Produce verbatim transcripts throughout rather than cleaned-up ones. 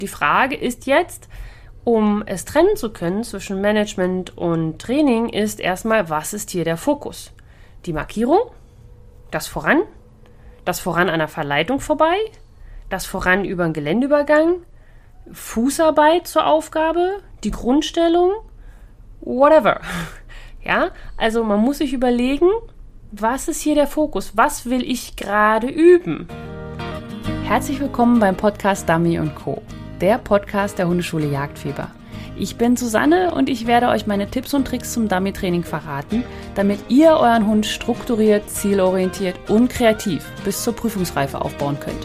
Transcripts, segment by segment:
Die Frage ist jetzt, um es trennen zu können zwischen Management und Training, ist erstmal, was ist hier der Fokus? Die Markierung? Das Voran? Das Voran an der Verleitung vorbei? Das Voran über den Geländeübergang? Fußarbeit zur Aufgabe? Die Grundstellung? Whatever. Ja, also man muss sich überlegen, was ist hier der Fokus? Was will ich gerade üben? Herzlich willkommen beim Podcast Dummy und Co., der Podcast der Hundeschule Jagdfieber. Ich bin Susanne und ich werde euch meine Tipps und Tricks zum Dummy-Training verraten, damit ihr euren Hund strukturiert, zielorientiert und kreativ bis zur Prüfungsreife aufbauen könnt.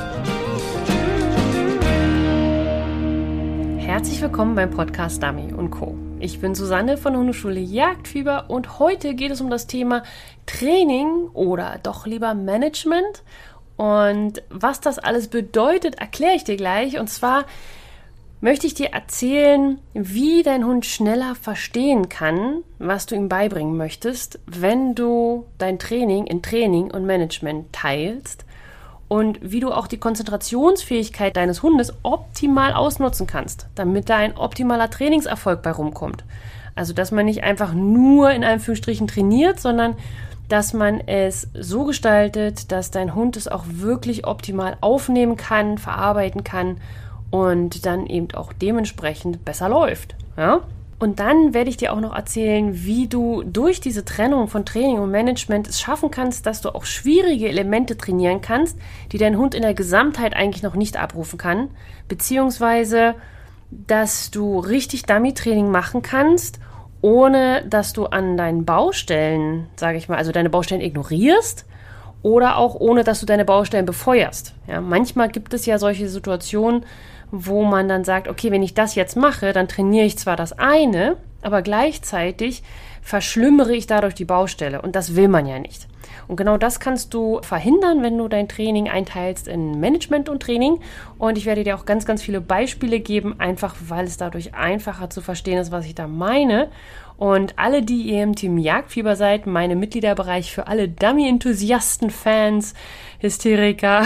Herzlich willkommen beim Podcast Dummy und Co. Ich bin Susanne von der Hundeschule Jagdfieber und heute geht es um das Thema Training oder doch lieber Management. Und was das alles bedeutet, erkläre ich dir gleich. Und zwar möchte ich dir erzählen, wie dein Hund schneller verstehen kann, was du ihm beibringen möchtest, wenn du dein Training in Training und Management teilst und wie du auch die Konzentrationsfähigkeit deines Hundes optimal ausnutzen kannst, damit da ein optimaler Trainingserfolg bei rumkommt. Also, dass man nicht einfach nur in Anführungsstrichen trainiert, sondern dass man es so gestaltet, dass dein Hund es auch wirklich optimal aufnehmen kann, verarbeiten kann und dann eben auch dementsprechend besser läuft. Ja? Und dann werde ich dir auch noch erzählen, wie du durch diese Trennung von Training und Management es schaffen kannst, dass du auch schwierige Elemente trainieren kannst, die dein Hund in der Gesamtheit eigentlich noch nicht abrufen kann, beziehungsweise dass du richtig Dummy-Training machen kannst, ohne dass du an deinen Baustellen, sage ich mal, also deine Baustellen ignorierst oder auch ohne, dass du deine Baustellen befeuerst. Ja, manchmal gibt es ja solche Situationen, wo man dann sagt, okay, wenn ich das jetzt mache, dann trainiere ich zwar das eine, aber gleichzeitig verschlimmere ich dadurch die Baustelle und das will man ja nicht. Und genau das kannst du verhindern, wenn du dein Training einteilst in Management und Training. Und ich werde dir auch ganz, ganz viele Beispiele geben, einfach weil es dadurch einfacher zu verstehen ist, was ich da meine. Und alle, die ihr im Team Jagdfieber seid, meine Mitgliederbereich für alle Dummy-Enthusiasten, Fans, Hysteriker,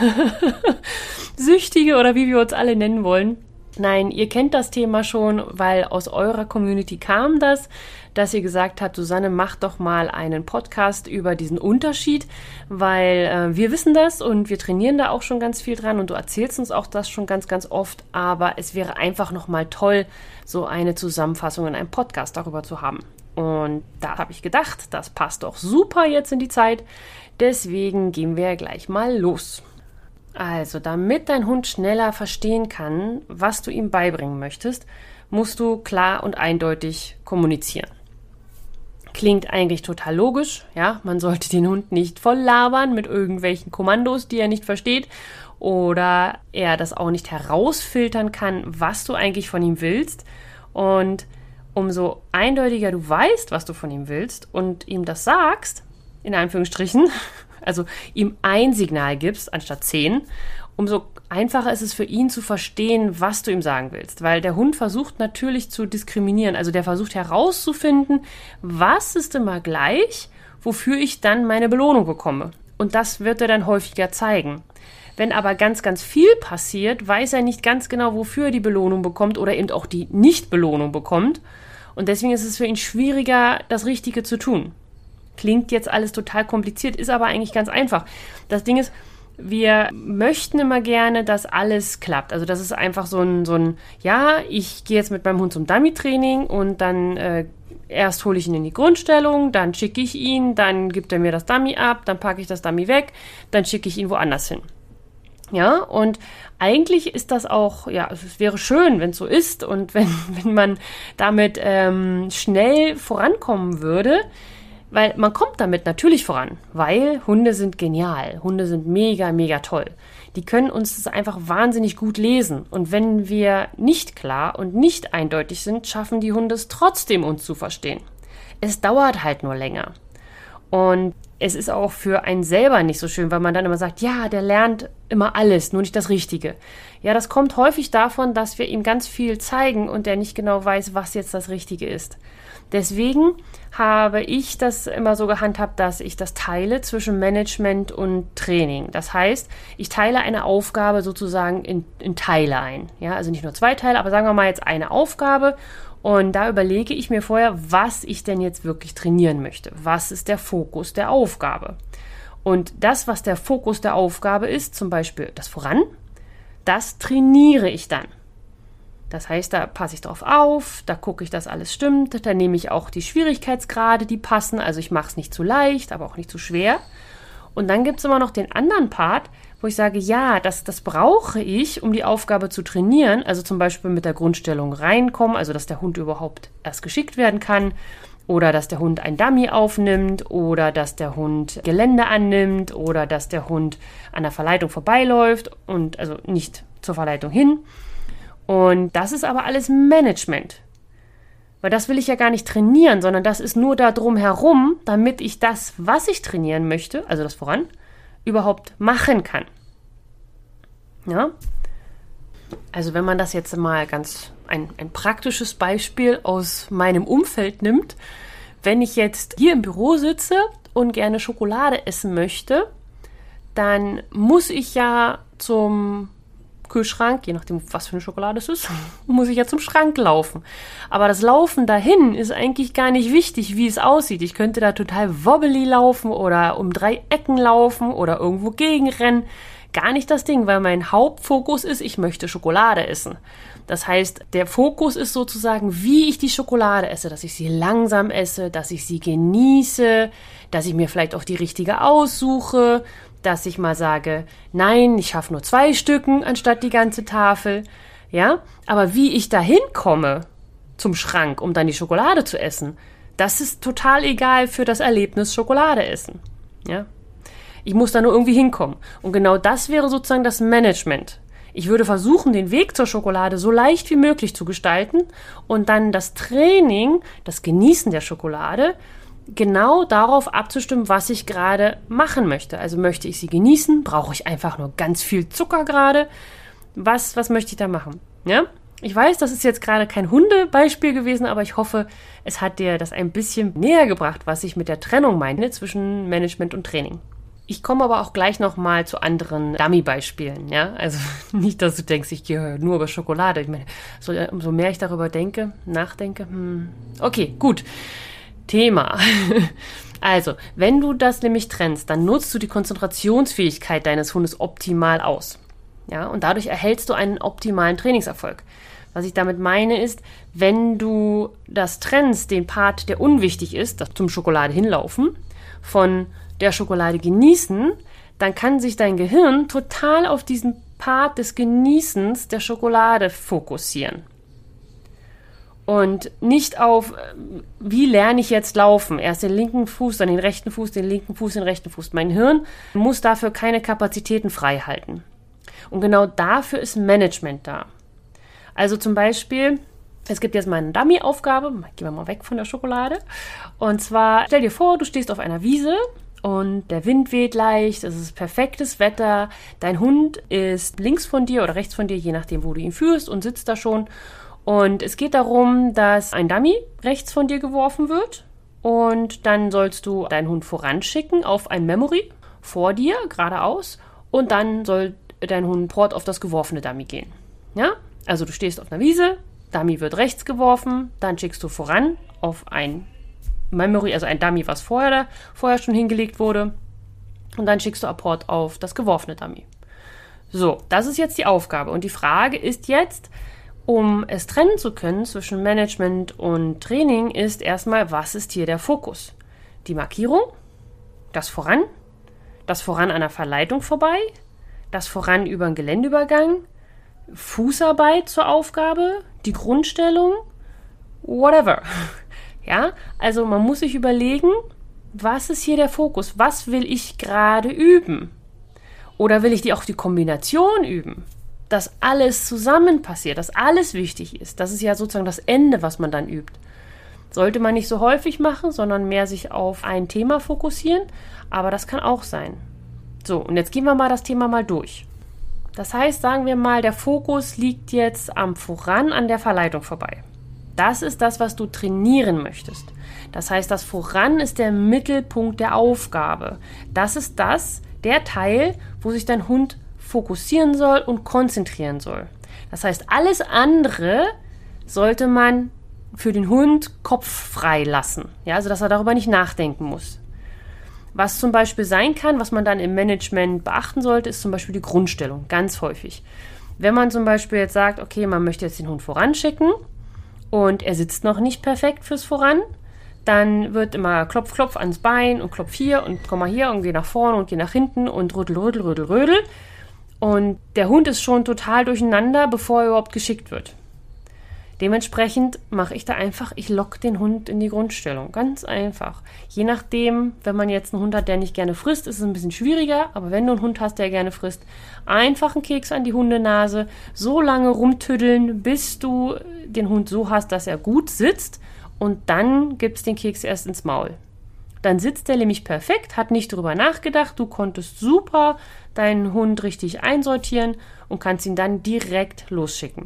Süchtige oder wie wir uns alle nennen wollen. Nein, ihr kennt das Thema schon, weil aus eurer Community kam das, dass ihr gesagt habt, Susanne, mach doch mal einen Podcast über diesen Unterschied, weil äh, wir wissen das und wir trainieren da auch schon ganz viel dran und du erzählst uns auch das schon ganz, ganz oft, aber es wäre einfach nochmal toll, so eine Zusammenfassung in einem Podcast darüber zu haben. Und da habe ich gedacht, das passt doch super jetzt in die Zeit, deswegen gehen wir gleich mal los. Also, damit dein Hund schneller verstehen kann, was du ihm beibringen möchtest, musst du klar und eindeutig kommunizieren. Klingt eigentlich total logisch, ja, man sollte den Hund nicht voll labern mit irgendwelchen Kommandos, die er nicht versteht oder er das auch nicht herausfiltern kann, was du eigentlich von ihm willst. Und umso eindeutiger du weißt, was du von ihm willst und ihm das sagst, in Anführungsstrichen, also ihm ein Signal gibst, anstatt zehn, umso einfacher ist es für ihn zu verstehen, was du ihm sagen willst. Weil der Hund versucht natürlich zu diskriminieren. Also der versucht herauszufinden, was ist immer gleich, wofür ich dann meine Belohnung bekomme. Und das wird er dann häufiger zeigen. Wenn aber ganz, ganz viel passiert, weiß er nicht ganz genau, wofür er die Belohnung bekommt oder eben auch die Nicht-Belohnung bekommt. Und deswegen ist es für ihn schwieriger, das Richtige zu tun. Klingt jetzt alles total kompliziert, ist aber eigentlich ganz einfach. Das Ding ist, wir möchten immer gerne, dass alles klappt. Also das ist einfach so ein, so ein ja, ich gehe jetzt mit meinem Hund zum Dummy-Training und dann äh, erst hole ich ihn in die Grundstellung, dann schicke ich ihn, dann gibt er mir das Dummy ab, dann packe ich das Dummy weg, dann schicke ich ihn woanders hin. Ja, und eigentlich ist das auch, ja, es wäre schön, wenn es so ist und wenn, wenn man damit ähm, schnell vorankommen würde. Weil man kommt damit natürlich voran, weil Hunde sind genial, Hunde sind mega, mega toll. Die können uns das einfach wahnsinnig gut lesen. Und wenn wir nicht klar und nicht eindeutig sind, schaffen die Hunde es trotzdem, uns zu verstehen. Es dauert halt nur länger. Und es ist auch für einen selber nicht so schön, weil man dann immer sagt, ja, der lernt immer alles, nur nicht das Richtige. Ja, das kommt häufig davon, dass wir ihm ganz viel zeigen und er nicht genau weiß, was jetzt das Richtige ist. Deswegen habe ich das immer so gehandhabt, dass ich das teile zwischen Management und Training. Das heißt, ich teile eine Aufgabe sozusagen in, in Teile ein. Ja, also nicht nur zwei Teile, aber sagen wir mal jetzt eine Aufgabe. Und da überlege ich mir vorher, was ich denn jetzt wirklich trainieren möchte. Was ist der Fokus der Aufgabe? Und das, was der Fokus der Aufgabe ist, zum Beispiel das Voran, das trainiere ich dann. Das heißt, da passe ich drauf auf, da gucke ich, dass alles stimmt, da nehme ich auch die Schwierigkeitsgrade, die passen, also ich mache es nicht zu leicht, aber auch nicht zu schwer. Und dann gibt es immer noch den anderen Part, wo ich sage, ja, das, das brauche ich, um die Aufgabe zu trainieren, also zum Beispiel mit der Grundstellung reinkommen, also dass der Hund überhaupt erst geschickt werden kann oder dass der Hund ein Dummy aufnimmt oder dass der Hund Gelände annimmt oder dass der Hund an der Verleitung vorbeiläuft und also nicht zur Verleitung hin. Und das ist aber alles Management. Weil das will ich ja gar nicht trainieren, sondern das ist nur da drum herum, damit ich das, was ich trainieren möchte, also das Voran, überhaupt machen kann. Ja? Also wenn man das jetzt mal ganz ein, ein praktisches Beispiel aus meinem Umfeld nimmt, wenn ich jetzt hier im Büro sitze und gerne Schokolade essen möchte, dann muss ich ja zum Kühlschrank, je nachdem, was für eine Schokolade es ist, muss ich ja zum Schrank laufen. Aber das Laufen dahin ist eigentlich gar nicht wichtig, wie es aussieht. Ich könnte da total wobbly laufen oder um drei Ecken laufen oder irgendwo gegenrennen. Gar nicht das Ding, weil mein Hauptfokus ist, ich möchte Schokolade essen. Das heißt, der Fokus ist sozusagen, wie ich die Schokolade esse, dass ich sie langsam esse, dass ich sie genieße, dass ich mir vielleicht auch die richtige aussuche, dass ich mal sage, nein, ich schaffe nur zwei Stücken anstatt die ganze Tafel, ja, aber wie ich da hinkomme zum Schrank, um dann die Schokolade zu essen, das ist total egal für das Erlebnis Schokolade essen, ja. Ich muss da nur irgendwie hinkommen und genau das wäre sozusagen das Management. Ich würde versuchen, den Weg zur Schokolade so leicht wie möglich zu gestalten und dann das Training, das Genießen der Schokolade, genau darauf abzustimmen, was ich gerade machen möchte. Also möchte ich sie genießen? Brauche ich einfach nur ganz viel Zucker gerade? Was, was möchte ich da machen? Ja? Ich weiß, das ist jetzt gerade kein Hundebeispiel gewesen, aber ich hoffe, es hat dir das ein bisschen näher gebracht, was ich mit der Trennung meine zwischen Management und Training. Ich komme aber auch gleich nochmal zu anderen Dummy-Beispielen. Ja? Also nicht, dass du denkst, ich gehe nur über Schokolade. Ich meine, so, umso mehr ich darüber denke, nachdenke, hm, okay, gut. Thema. Also, wenn du das nämlich trennst, dann nutzt du die Konzentrationsfähigkeit deines Hundes optimal aus. Ja, und dadurch erhältst du einen optimalen Trainingserfolg. Was ich damit meine ist, wenn du das trennst, den Part, der unwichtig ist, das zum Schokolade hinlaufen, von der Schokolade genießen, dann kann sich dein Gehirn total auf diesen Part des Genießens der Schokolade fokussieren. Und nicht auf, wie lerne ich jetzt laufen? Erst den linken Fuß, dann den rechten Fuß, den linken Fuß, den rechten Fuß. Mein Hirn muss dafür keine Kapazitäten frei halten. Und genau dafür ist Management da. Also zum Beispiel, es gibt jetzt mal eine Dummy-Aufgabe, gehen wir mal weg von der Schokolade. Und zwar, stell dir vor, du stehst auf einer Wiese und der Wind weht leicht, es ist perfektes Wetter. Dein Hund ist links von dir oder rechts von dir, je nachdem, wo du ihn führst und sitzt da schon. Und es geht darum, dass ein Dummy rechts von dir geworfen wird und dann sollst du deinen Hund voranschicken auf ein Memory vor dir, geradeaus, und dann soll dein Hund Port auf das geworfene Dummy gehen. Ja? Also du stehst auf einer Wiese, Dummy wird rechts geworfen, dann schickst du voran auf ein Memory, also ein Dummy, was vorher, vorher schon hingelegt wurde, und dann schickst du Apport auf das geworfene Dummy. So, das ist jetzt die Aufgabe und die Frage ist jetzt, um es trennen zu können zwischen Management und Training, ist erstmal, was ist hier der Fokus? Die Markierung, das Voran, das Voran an der Verleitung vorbei, das Voran über einen Geländeübergang, Fußarbeit zur Aufgabe, die Grundstellung, whatever. Ja, also man muss sich überlegen, was ist hier der Fokus? Was will ich gerade üben? Oder will ich die auch die Kombination üben? Dass alles zusammen passiert, dass alles wichtig ist. Das ist ja sozusagen das Ende, was man dann übt. Sollte man nicht so häufig machen, sondern mehr sich auf ein Thema fokussieren, aber das kann auch sein. So, und jetzt gehen wir mal das Thema mal durch. Das heißt, sagen wir mal, der Fokus liegt jetzt am Voran an der Verleitung vorbei. Das ist das, was du trainieren möchtest. Das heißt, das Voran ist der Mittelpunkt der Aufgabe. Das ist das, der Teil, wo sich dein Hund fokussieren soll und konzentrieren soll. Das heißt, alles andere sollte man für den Hund kopffrei lassen. Ja, also, dass er darüber nicht nachdenken muss. Was zum Beispiel sein kann, was man dann im Management beachten sollte, ist zum Beispiel die Grundstellung, ganz häufig. Wenn man zum Beispiel jetzt sagt, okay, man möchte jetzt den Hund voranschicken und er sitzt noch nicht perfekt fürs Voran, dann wird immer Klopf, Klopf ans Bein und Klopf hier und komm mal hier und geh nach vorne und geh nach hinten und rüttel, rüttel, rüttel, rödel. Und der Hund ist schon total durcheinander, bevor er überhaupt geschickt wird. Dementsprechend mache ich da einfach, ich locke den Hund in die Grundstellung. Ganz einfach. Je nachdem, wenn man jetzt einen Hund hat, der nicht gerne frisst, ist es ein bisschen schwieriger. Aber wenn du einen Hund hast, der gerne frisst, einfach einen Keks an die Hundenase, so lange rumtüddeln, bis du den Hund so hast, dass er gut sitzt. Und dann gibt es den Keks erst ins Maul. Dann sitzt der nämlich perfekt, hat nicht drüber nachgedacht. Du konntest super deinen Hund richtig einsortieren und kannst ihn dann direkt losschicken.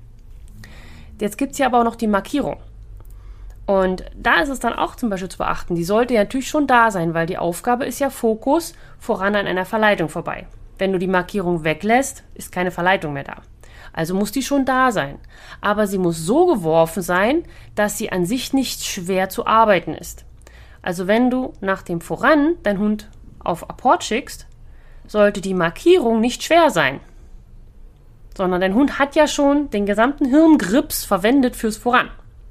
Jetzt gibt es ja aber auch noch die Markierung. Und da ist es dann auch zum Beispiel zu beachten, die sollte ja natürlich schon da sein, weil die Aufgabe ist ja Fokus voran an einer Verleitung vorbei. Wenn du die Markierung weglässt, ist keine Verleitung mehr da. Also muss die schon da sein. Aber sie muss so geworfen sein, dass sie an sich nicht schwer zu arbeiten ist. Also wenn du nach dem Voran deinen Hund auf Apport schickst, sollte die Markierung nicht schwer sein. Sondern dein Hund hat ja schon den gesamten Hirngrips verwendet fürs Voran.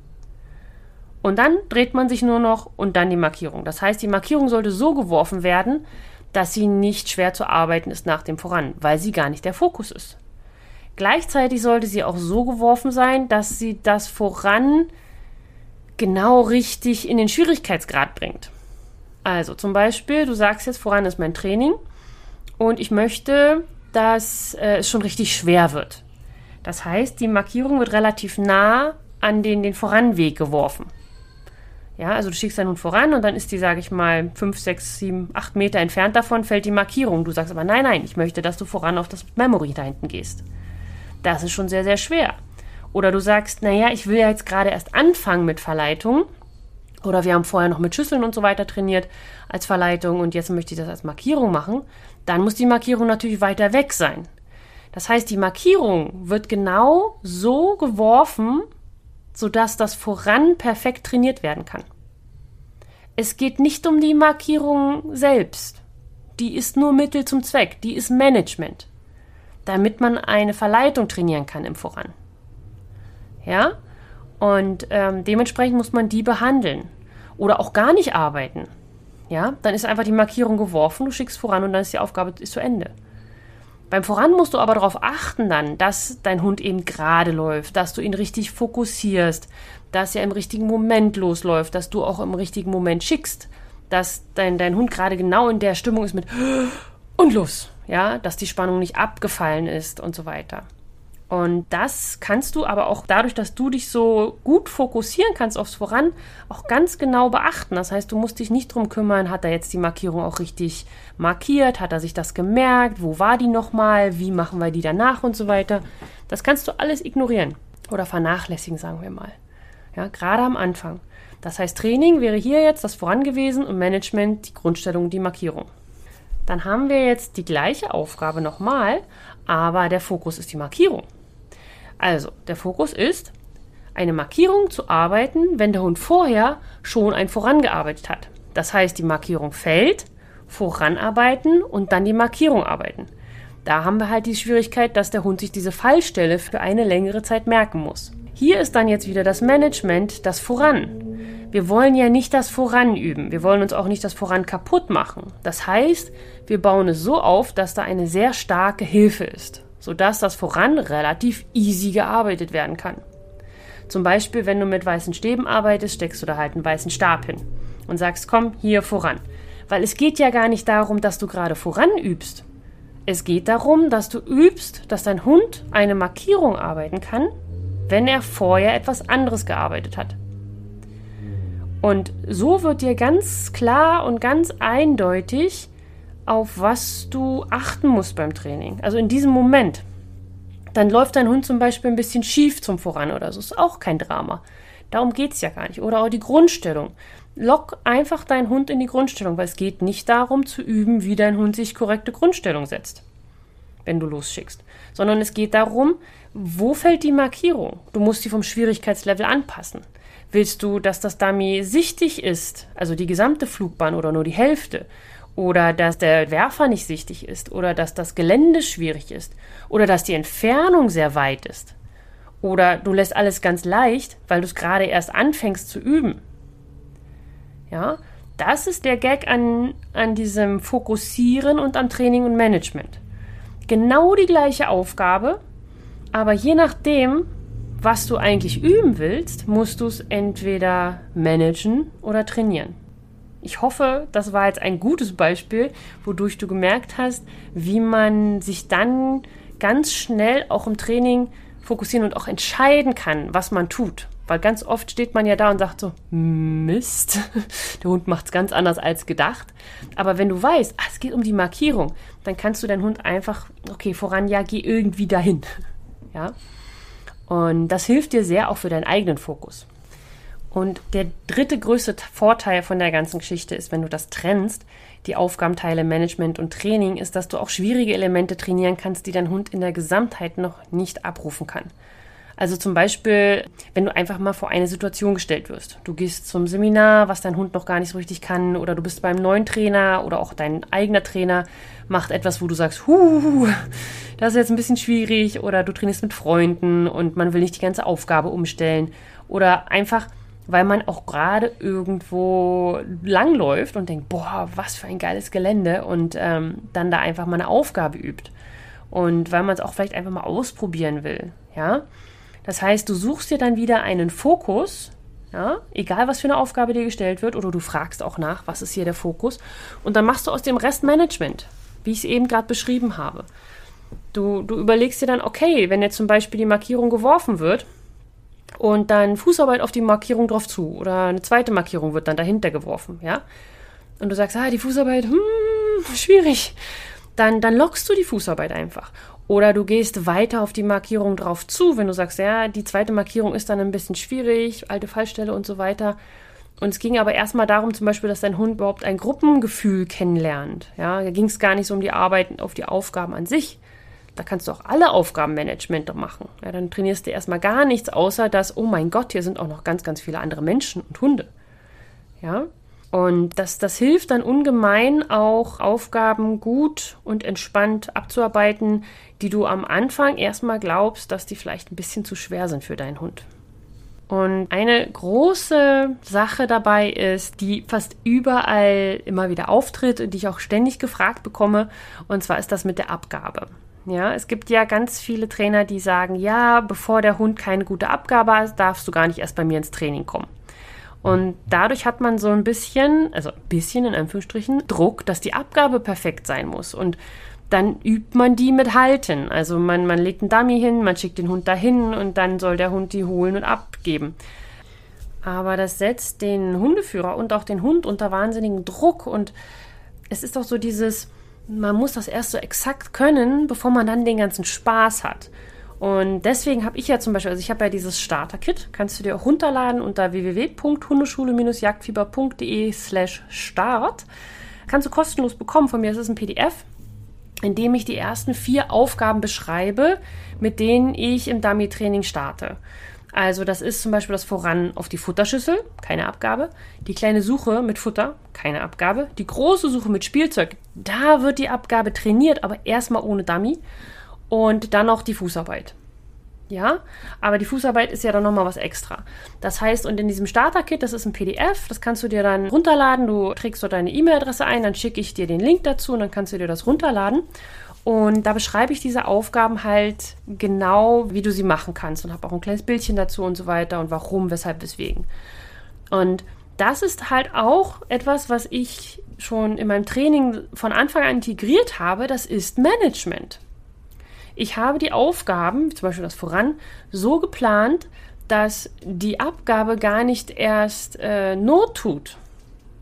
Und dann dreht man sich nur noch und dann die Markierung. Das heißt, die Markierung sollte so geworfen werden, dass sie nicht schwer zu arbeiten ist nach dem Voran, weil sie gar nicht der Fokus ist. Gleichzeitig sollte sie auch so geworfen sein, dass sie das Voran genau richtig in den Schwierigkeitsgrad bringt. Also zum Beispiel, du sagst jetzt, Voran ist mein Training und ich möchte, dass äh, es schon richtig schwer wird. Das heißt, die Markierung wird relativ nah an den, den Voranweg geworfen. Ja, also du schickst deinen Hund voran und dann ist die, sage ich mal, fünf, sechs, sieben, acht Meter entfernt davon, fällt die Markierung. Du sagst aber, nein, nein, ich möchte, dass du voran auf das Memory da hinten gehst. Das ist schon sehr, sehr schwer. Oder du sagst, naja, ich will ja jetzt gerade erst anfangen mit Verleitung. Oder wir haben vorher noch mit Schüsseln und so weiter trainiert als Verleitung und jetzt möchte ich das als Markierung machen. Dann muss die Markierung natürlich weiter weg sein. Das heißt, die Markierung wird genau so geworfen, sodass das Voran perfekt trainiert werden kann. Es geht nicht um die Markierung selbst. Die ist nur Mittel zum Zweck. Die ist Management, damit man eine Verleitung trainieren kann im Voran. Ja? Und ähm, dementsprechend muss man die behandeln oder auch gar nicht arbeiten. Ja, dann ist einfach die Markierung geworfen, du schickst voran und dann ist die Aufgabe ist zu Ende. Beim Voran musst du aber darauf achten dann, dass dein Hund eben gerade läuft, dass du ihn richtig fokussierst, dass er im richtigen Moment losläuft, dass du auch im richtigen Moment schickst, dass dein, dein Hund gerade genau in der Stimmung ist mit und los, ja, dass die Spannung nicht abgefallen ist und so weiter. Und das kannst du aber auch dadurch, dass du dich so gut fokussieren kannst aufs Voran, auch ganz genau beachten. Das heißt, du musst dich nicht drum kümmern, hat er jetzt die Markierung auch richtig markiert, hat er sich das gemerkt, wo war die nochmal, wie machen wir die danach und so weiter. Das kannst du alles ignorieren oder vernachlässigen, sagen wir mal. Ja, gerade am Anfang. Das heißt, Training wäre hier jetzt das Voran gewesen und Management die Grundstellung, die Markierung. Dann haben wir jetzt die gleiche Aufgabe nochmal, aber der Fokus ist die Markierung. Also, der Fokus ist, eine Markierung zu arbeiten, wenn der Hund vorher schon ein Vorangearbeitet hat. Das heißt, die Markierung fällt, voranarbeiten und dann die Markierung arbeiten. Da haben wir halt die Schwierigkeit, dass der Hund sich diese Fallstelle für eine längere Zeit merken muss. Hier ist dann jetzt wieder das Management, das Voran. Wir wollen ja nicht das Voran üben. Wir wollen uns auch nicht das Voran kaputt machen. Das heißt, wir bauen es so auf, dass da eine sehr starke Hilfe ist, sodass das Voran relativ easy gearbeitet werden kann. Zum Beispiel, wenn du mit weißen Stäben arbeitest, steckst du da halt einen weißen Stab hin und sagst, komm, hier voran. Weil es geht ja gar nicht darum, dass du gerade voran übst. Es geht darum, dass du übst, dass dein Hund eine Markierung arbeiten kann, wenn er vorher etwas anderes gearbeitet hat. Und so wird dir ganz klar und ganz eindeutig auf was du achten musst beim Training. Also in diesem Moment. Dann läuft dein Hund zum Beispiel ein bisschen schief zum Voran oder so. Ist auch kein Drama. Darum geht es ja gar nicht. Oder auch die Grundstellung. Lock einfach deinen Hund in die Grundstellung, weil es geht nicht darum zu üben, wie dein Hund sich korrekte Grundstellung setzt, wenn du losschickst. Sondern es geht darum, wo fällt die Markierung? Du musst sie vom Schwierigkeitslevel anpassen. Willst du, dass das Dummy sichtig ist, also die gesamte Flugbahn oder nur die Hälfte? Oder dass der Werfer nicht sichtig ist? Oder dass das Gelände schwierig ist? Oder dass die Entfernung sehr weit ist? Oder du lässt alles ganz leicht, weil du es gerade erst anfängst zu üben. Ja, das ist der Gag an, an diesem Fokussieren und am Training und Management. Genau die gleiche Aufgabe, aber je nachdem, was du eigentlich üben willst, musst du es entweder managen oder trainieren. Ich hoffe, das war jetzt ein gutes Beispiel, wodurch du gemerkt hast, wie man sich dann ganz schnell auch im Training fokussieren und auch entscheiden kann, was man tut. Weil ganz oft steht man ja da und sagt so, Mist, der Hund macht es ganz anders als gedacht. Aber wenn du weißt, ah, es geht um die Markierung, dann kannst du deinen Hund einfach, okay, voran, ja, geh irgendwie dahin. Ja? Und das hilft dir sehr auch für deinen eigenen Fokus. Und der dritte größte Vorteil von der ganzen Geschichte ist, wenn du das trennst, die Aufgabenteile Management und Training, ist, dass du auch schwierige Elemente trainieren kannst, die dein Hund in der Gesamtheit noch nicht abrufen kann. Also zum Beispiel, wenn du einfach mal vor eine Situation gestellt wirst. Du gehst zum Seminar, was dein Hund noch gar nicht so richtig kann, oder du bist beim neuen Trainer oder auch dein eigener Trainer macht etwas, wo du sagst, huh, das ist jetzt ein bisschen schwierig, oder du trainierst mit Freunden und man will nicht die ganze Aufgabe umstellen, oder einfach, weil man auch gerade irgendwo langläuft und denkt, boah, was für ein geiles Gelände, und ähm, dann da einfach mal eine Aufgabe übt. Und weil man es auch vielleicht einfach mal ausprobieren will, ja. Das heißt, du suchst dir dann wieder einen Fokus, ja, egal was für eine Aufgabe dir gestellt wird, oder du fragst auch nach, was ist hier der Fokus, und dann machst du aus dem Rest Management, wie ich es eben gerade beschrieben habe. Du, du überlegst dir dann, okay, wenn jetzt zum Beispiel die Markierung geworfen wird und dann Fußarbeit auf die Markierung drauf zu, oder eine zweite Markierung wird dann dahinter geworfen, ja, und du sagst, ah, die Fußarbeit, hm, schwierig, dann, dann lockst du die Fußarbeit einfach. Oder du gehst weiter auf die Markierung drauf zu, wenn du sagst, ja, die zweite Markierung ist dann ein bisschen schwierig, alte Fallstelle und so weiter. Und es ging aber erstmal darum, zum Beispiel, dass dein Hund überhaupt ein Gruppengefühl kennenlernt. Ja, da ging es gar nicht so um die Arbeit, auf die Aufgaben an sich. Da kannst du auch alle Aufgabenmanagement machen. Ja, dann trainierst du erstmal gar nichts, außer dass, oh mein Gott, hier sind auch noch ganz, ganz viele andere Menschen und Hunde. Ja. Und das, das hilft dann ungemein, auch Aufgaben gut und entspannt abzuarbeiten, die du am Anfang erstmal glaubst, dass die vielleicht ein bisschen zu schwer sind für deinen Hund. Und eine große Sache dabei ist, die fast überall immer wieder auftritt und die ich auch ständig gefragt bekomme, und zwar ist das mit der Abgabe. Ja, es gibt ja ganz viele Trainer, die sagen, ja, bevor der Hund keine gute Abgabe hat, darfst du gar nicht erst bei mir ins Training kommen. Und dadurch hat man so ein bisschen, also ein bisschen in Anführungsstrichen, Druck, dass die Abgabe perfekt sein muss. Und dann übt man die mit Halten. Also man, man legt einen Dummy hin, man schickt den Hund dahin und dann soll der Hund die holen und abgeben. Aber das setzt den Hundeführer und auch den Hund unter wahnsinnigen Druck. Und es ist doch so dieses, man muss das erst so exakt können, bevor man dann den ganzen Spaß hat. Und deswegen habe ich ja zum Beispiel, also ich habe ja dieses Starter-Kit, kannst du dir auch runterladen unter w w w punkt hundeschule Bindestrich jagdfieber punkt de slash start. Kannst du kostenlos bekommen von mir, das ist ein P D F, in dem ich die ersten vier Aufgaben beschreibe, mit denen ich im Dummy-Training starte. Also das ist zum Beispiel das Voran auf die Futterschüssel, keine Abgabe. Die kleine Suche mit Futter, keine Abgabe. Die große Suche mit Spielzeug, da wird die Abgabe trainiert, aber erstmal ohne Dummy. Und dann noch die Fußarbeit. Ja, aber die Fußarbeit ist ja dann nochmal was extra. Das heißt, und in diesem Starter-Kit, das ist ein P D F, das kannst du dir dann runterladen. Du trägst dort deine E-Mail-Adresse ein, dann schicke ich dir den Link dazu und dann kannst du dir das runterladen. Und da beschreibe ich diese Aufgaben halt genau, wie du sie machen kannst, und habe auch ein kleines Bildchen dazu und so weiter und warum, weshalb, weswegen. Und das ist halt auch etwas, was ich schon in meinem Training von Anfang an integriert habe, das ist Management. Ich habe die Aufgaben, zum Beispiel das Voran, so geplant, dass die Abgabe gar nicht erst äh, Not tut.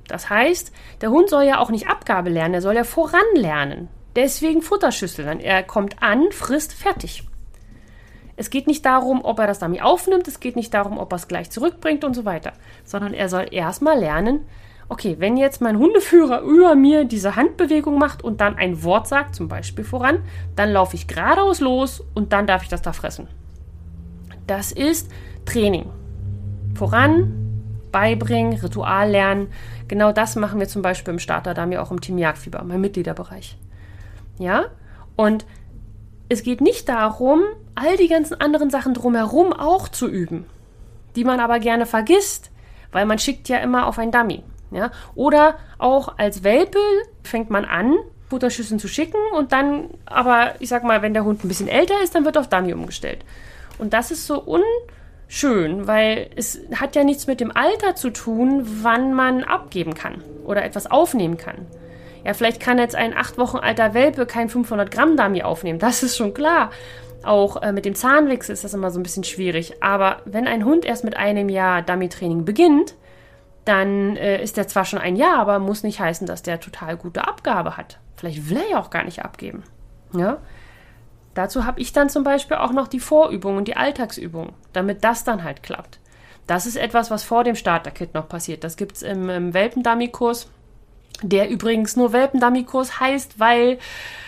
Das heißt, der Hund soll ja auch nicht Abgabe lernen, er soll ja voran lernen. Deswegen Futterschüssel. Er kommt an, frisst, fertig. Es geht nicht darum, ob er das Dummy aufnimmt, es geht nicht darum, ob er es gleich zurückbringt und so weiter, sondern er soll erstmal lernen, okay, wenn jetzt mein Hundeführer über mir diese Handbewegung macht und dann ein Wort sagt, zum Beispiel voran, dann laufe ich geradeaus los und dann darf ich das da fressen. Das ist Training. Voran, beibringen, Ritual lernen. Genau das machen wir zum Beispiel im Starter-Dummy, auch im Team Jagdfieber, meinem Mitgliederbereich. Ja, und es geht nicht darum, all die ganzen anderen Sachen drumherum auch zu üben, die man aber gerne vergisst, weil man schickt ja immer auf ein Dummy. Ja? Oder auch als Welpe fängt man an, Futterschüsseln zu schicken und dann, aber ich sag mal, wenn der Hund ein bisschen älter ist, dann wird auf Dummy umgestellt. Und das ist so unschön, weil es hat ja nichts mit dem Alter zu tun, wann man abgeben kann oder etwas aufnehmen kann. Ja, vielleicht kann jetzt ein acht Wochen alter Welpe kein fünfhundert Gramm Dummy aufnehmen, das ist schon klar. Auch äh, mit dem Zahnwechsel ist das immer so ein bisschen schwierig. Aber wenn ein Hund erst mit einem Jahr Dummy-Training beginnt, dann äh, ist der zwar schon ein Jahr, aber muss nicht heißen, dass der total gute Abgabe hat. Vielleicht will er ja auch gar nicht abgeben. Ja? Dazu habe ich dann zum Beispiel auch noch die Vorübung und die Alltagsübung, damit das dann halt klappt. Das ist etwas, was vor dem Starter-Kit noch passiert. Das gibt es im, im Welpen-Dummy-Kurs, der übrigens nur Welpen-Dummy-Kurs heißt, weil...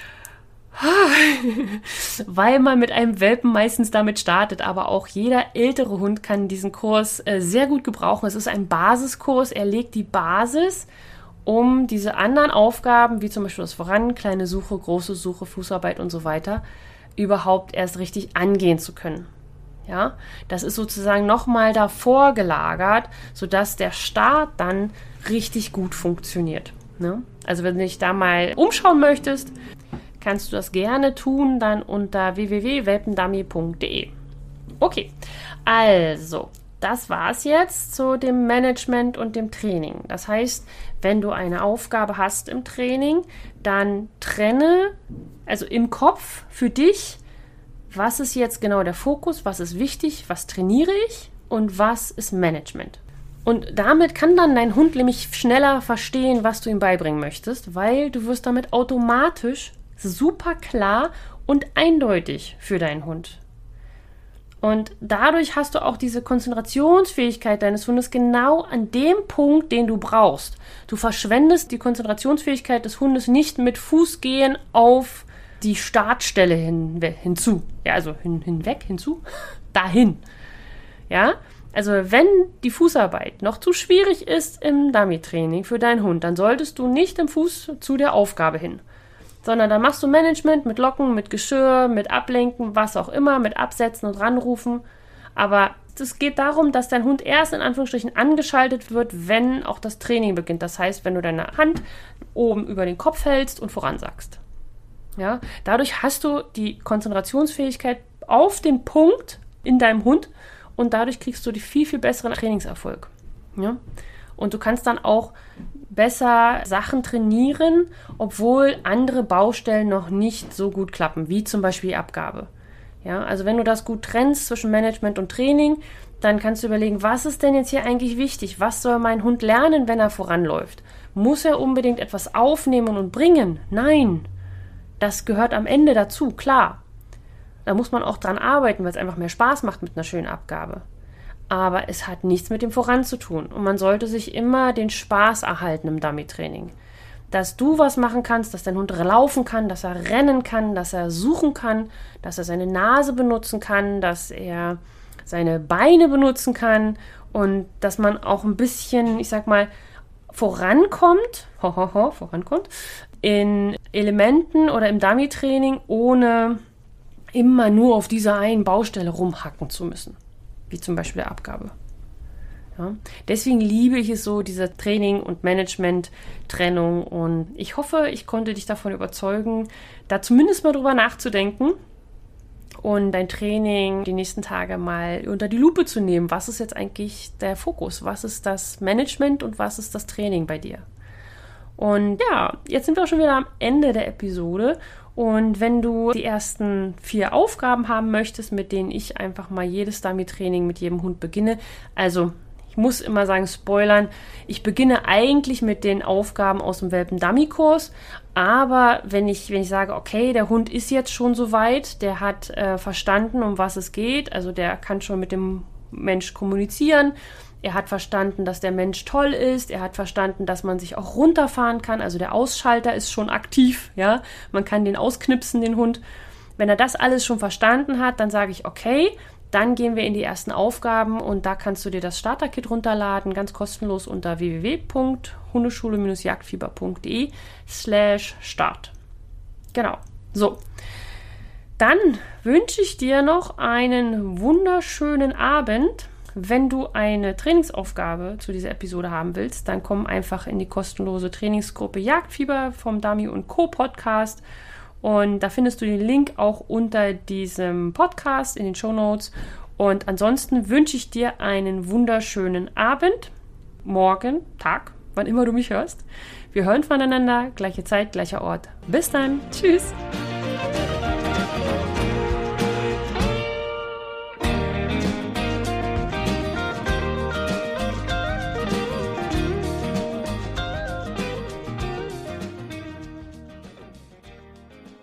weil man mit einem Welpen meistens damit startet, aber auch jeder ältere Hund kann diesen Kurs äh, sehr gut gebrauchen. Es ist ein Basiskurs, er legt die Basis, um diese anderen Aufgaben, wie zum Beispiel das Voran, kleine Suche, große Suche, Fußarbeit und so weiter, überhaupt erst richtig angehen zu können. Ja, das ist sozusagen nochmal davor gelagert, sodass der Start dann richtig gut funktioniert. Ne? Also wenn du dich da mal umschauen möchtest, kannst du das gerne tun, dann unter w w w punkt welpendummy punkt d e. Okay, also, das war's jetzt zu dem Management und dem Training. Das heißt, wenn du eine Aufgabe hast im Training, dann trenne, also im Kopf für dich, was ist jetzt genau der Fokus, was ist wichtig, was trainiere ich und was ist Management. Und damit kann dann dein Hund nämlich schneller verstehen, was du ihm beibringen möchtest, weil du wirst damit automatisch super klar und eindeutig für deinen Hund. Und dadurch hast du auch diese Konzentrationsfähigkeit deines Hundes genau an dem Punkt, den du brauchst. Du verschwendest die Konzentrationsfähigkeit des Hundes nicht mit Fußgehen auf die Startstelle hin, hinzu. Ja, also hin, hinweg, hinzu, dahin. Ja, also wenn die Fußarbeit noch zu schwierig ist im Dummy-Training für deinen Hund, dann solltest du nicht im Fuß zu der Aufgabe hin. Sondern da machst du Management mit Locken, mit Geschirr, mit Ablenken, was auch immer, mit Absetzen und Ranrufen. Aber es geht darum, dass dein Hund erst in Anführungsstrichen angeschaltet wird, wenn auch das Training beginnt. Das heißt, wenn du deine Hand oben über den Kopf hältst und voransagst. Ja, dadurch hast du die Konzentrationsfähigkeit auf den Punkt in deinem Hund und dadurch kriegst du die viel, viel besseren Trainingserfolg. Ja? Und du kannst dann auch besser Sachen trainieren, obwohl andere Baustellen noch nicht so gut klappen, wie zum Beispiel die Abgabe. Ja, also wenn du das gut trennst zwischen Management und Training, dann kannst du überlegen, was ist denn jetzt hier eigentlich wichtig? Was soll mein Hund lernen, wenn er voranläuft? Muss er unbedingt etwas aufnehmen und bringen? Nein, das gehört am Ende dazu, klar. Da muss man auch dran arbeiten, weil es einfach mehr Spaß macht mit einer schönen Abgabe. Aber es hat nichts mit dem Voran zu tun. Und man sollte sich immer den Spaß erhalten im Dummy-Training. Dass du was machen kannst, dass dein Hund laufen kann, dass er rennen kann, dass er suchen kann, dass er seine Nase benutzen kann, dass er seine Beine benutzen kann und dass man auch ein bisschen, ich sag mal, vorankommt, ho, ho, ho, vorankommt, in Elementen oder im Dummy-Training, ohne immer nur auf dieser einen Baustelle rumhacken zu müssen. Wie zum Beispiel der Abgabe. Ja. Deswegen liebe ich es so, diese Training- und Management-Trennung. Und ich hoffe, ich konnte dich davon überzeugen, da zumindest mal drüber nachzudenken und dein Training die nächsten Tage mal unter die Lupe zu nehmen. Was ist jetzt eigentlich der Fokus? Was ist das Management und was ist das Training bei dir? Und ja, jetzt sind wir schon wieder am Ende der Episode. Und wenn du die ersten vier Aufgaben haben möchtest, mit denen ich einfach mal jedes Dummy-Training mit jedem Hund beginne, also ich muss immer sagen, spoilern, ich beginne eigentlich mit den Aufgaben aus dem Welpen-Dummy-Kurs, aber wenn ich, wenn ich sage, okay, der Hund ist jetzt schon so weit, der hat äh, verstanden, um was es geht, also der kann schon mit dem Mensch kommunizieren, er hat verstanden, dass der Mensch toll ist, er hat verstanden, dass man sich auch runterfahren kann, also der Ausschalter ist schon aktiv, ja, man kann den ausknipsen, den Hund. Wenn er das alles schon verstanden hat, dann sage ich, okay, dann gehen wir in die ersten Aufgaben und da kannst du dir das Starter-Kit runterladen, ganz kostenlos unter w w w punkt hundeschule Bindestrich jagdfieber punkt de slash start. Genau, so. Dann wünsche ich dir noch einen wunderschönen Abend. Wenn du eine Trainingsaufgabe zu dieser Episode haben willst, dann komm einfach in die kostenlose Trainingsgruppe Jagdfieber vom Dummy und Co. Podcast. Und da findest du den Link auch unter diesem Podcast in den Shownotes. Und ansonsten wünsche ich dir einen wunderschönen Abend, Morgen, Tag, wann immer du mich hörst. Wir hören voneinander, gleiche Zeit, gleicher Ort. Bis dann, tschüss!